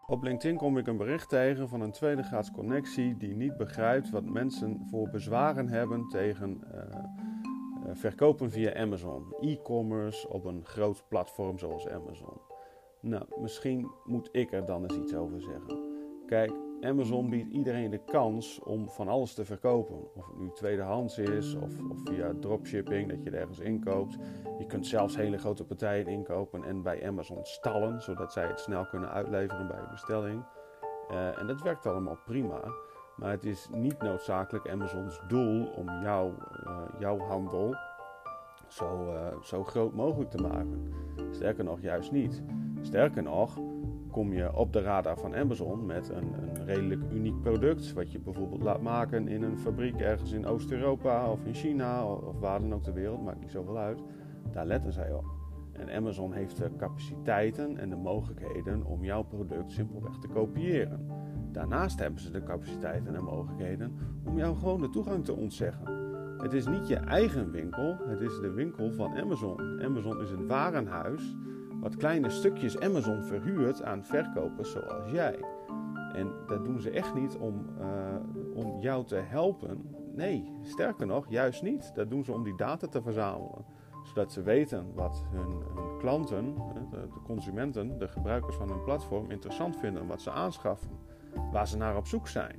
Op LinkedIn kom ik een bericht tegen van een tweedegraads connectie die niet begrijpt wat mensen voor bezwaren hebben tegen verkopen via Amazon. E-commerce op een groot platform zoals Amazon. Nou, misschien moet ik er dan eens iets over zeggen. Kijk, Amazon biedt iedereen de kans om van alles te verkopen. Of het nu tweedehands is of via dropshipping, dat je er ergens inkoopt. Je kunt zelfs hele grote partijen inkopen en bij Amazon stallen, zodat zij het snel kunnen uitleveren bij bestelling. En dat werkt allemaal prima. Maar het is niet noodzakelijk Amazons doel om jouw handel zo groot mogelijk te maken. Sterker nog, juist niet. Sterker nog, kom je op de radar van Amazon met een redelijk uniek product, wat je bijvoorbeeld laat maken in een fabriek ergens in Oost-Europa of in China of waar dan ook ter wereld, maakt niet zoveel uit. Daar letten zij op. En Amazon heeft de capaciteiten en de mogelijkheden om jouw product simpelweg te kopiëren. Daarnaast hebben ze de capaciteiten en mogelijkheden om jou gewoon de toegang te ontzeggen. Het is niet je eigen winkel, het is de winkel van Amazon. Amazon is een warenhuis wat kleine stukjes Amazon verhuurt aan verkopers zoals jij. En dat doen ze echt niet om jou te helpen. Nee, sterker nog, juist niet. Dat doen ze om die data te verzamelen. Zodat ze weten wat hun klanten, de consumenten, de gebruikers van hun platform interessant vinden. Wat ze aanschaffen, waar ze naar op zoek zijn.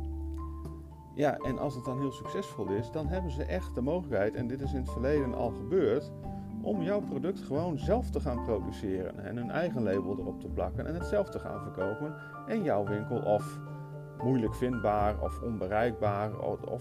Ja, en als het dan heel succesvol is, dan hebben ze echt de mogelijkheid, en dit is in het verleden al gebeurd, om jouw product gewoon zelf te gaan produceren en hun eigen label erop te plakken en het zelf te gaan verkopen en jouw winkel of moeilijk vindbaar of onbereikbaar of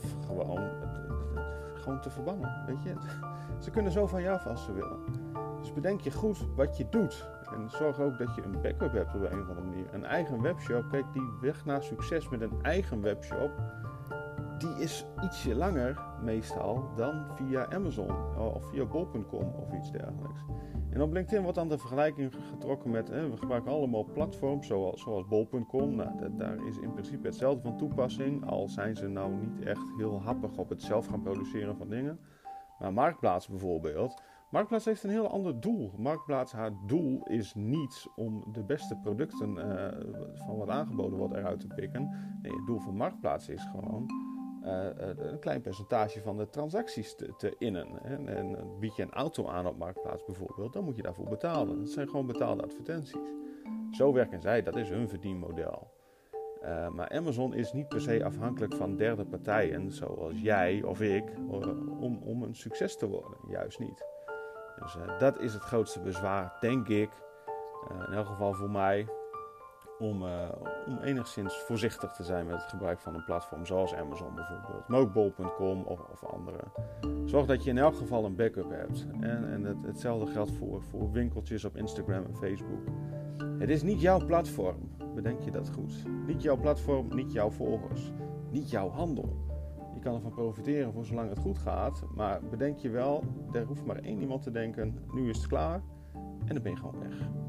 gewoon te verbannen, weet je. Ze kunnen zo van jou af als ze willen. Dus bedenk je goed wat je doet en zorg ook dat je een backup hebt op een of andere manier. Een eigen webshop, kijk, die weg naar succes met een eigen webshop, die is ietsje langer meestal dan via Amazon of via bol.com of iets dergelijks. En op LinkedIn wordt dan de vergelijking getrokken met, we gebruiken allemaal platforms zoals bol.com. Nou, daar is in principe hetzelfde van toepassing, al zijn ze nou niet echt heel happig op het zelf gaan produceren van dingen. Maar Marktplaats bijvoorbeeld, Marktplaats heeft een heel ander doel. Marktplaats, haar doel is niet om de beste producten van wat aangeboden wordt eruit te pikken. Nee, het doel van Marktplaats is gewoon een klein percentage van de transacties te innen. En bied je een auto aan op Marktplaats bijvoorbeeld, dan moet je daarvoor betalen. Dat zijn gewoon betaalde advertenties. Zo werken zij, dat is hun verdienmodel. Maar Amazon is niet per se afhankelijk van derde partijen, zoals jij of ik, om een succes te worden. Juist niet. Dus dat is het grootste bezwaar, denk ik, in elk geval voor mij, om enigszins voorzichtig te zijn met het gebruik van een platform zoals Amazon bijvoorbeeld, maar ook bol.com of andere. Zorg dat je in elk geval een backup hebt. En hetzelfde geldt voor winkeltjes op Instagram en Facebook. Het is niet jouw platform, bedenk je dat goed. Niet jouw platform, niet jouw volgers, niet jouw handel. Je kan ervan profiteren voor zolang het goed gaat, maar bedenk je wel, er hoeft maar één iemand te denken, nu is het klaar en dan ben je gewoon weg.